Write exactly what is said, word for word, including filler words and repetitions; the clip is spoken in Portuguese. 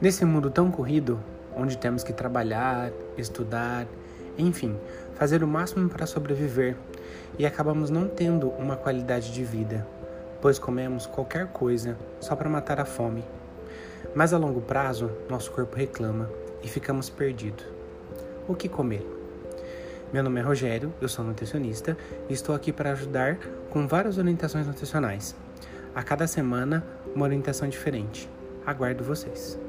Nesse mundo tão corrido, onde temos que trabalhar, estudar, enfim, fazer o máximo para sobreviver, e acabamos não tendo uma qualidade de vida, pois comemos qualquer coisa só para matar a fome. Mas a longo prazo, nosso corpo reclama e ficamos perdidos. O que comer? Meu nome é Rogério, eu sou nutricionista e estou aqui para ajudar com várias orientações nutricionais. A cada semana, uma orientação diferente. Aguardo vocês.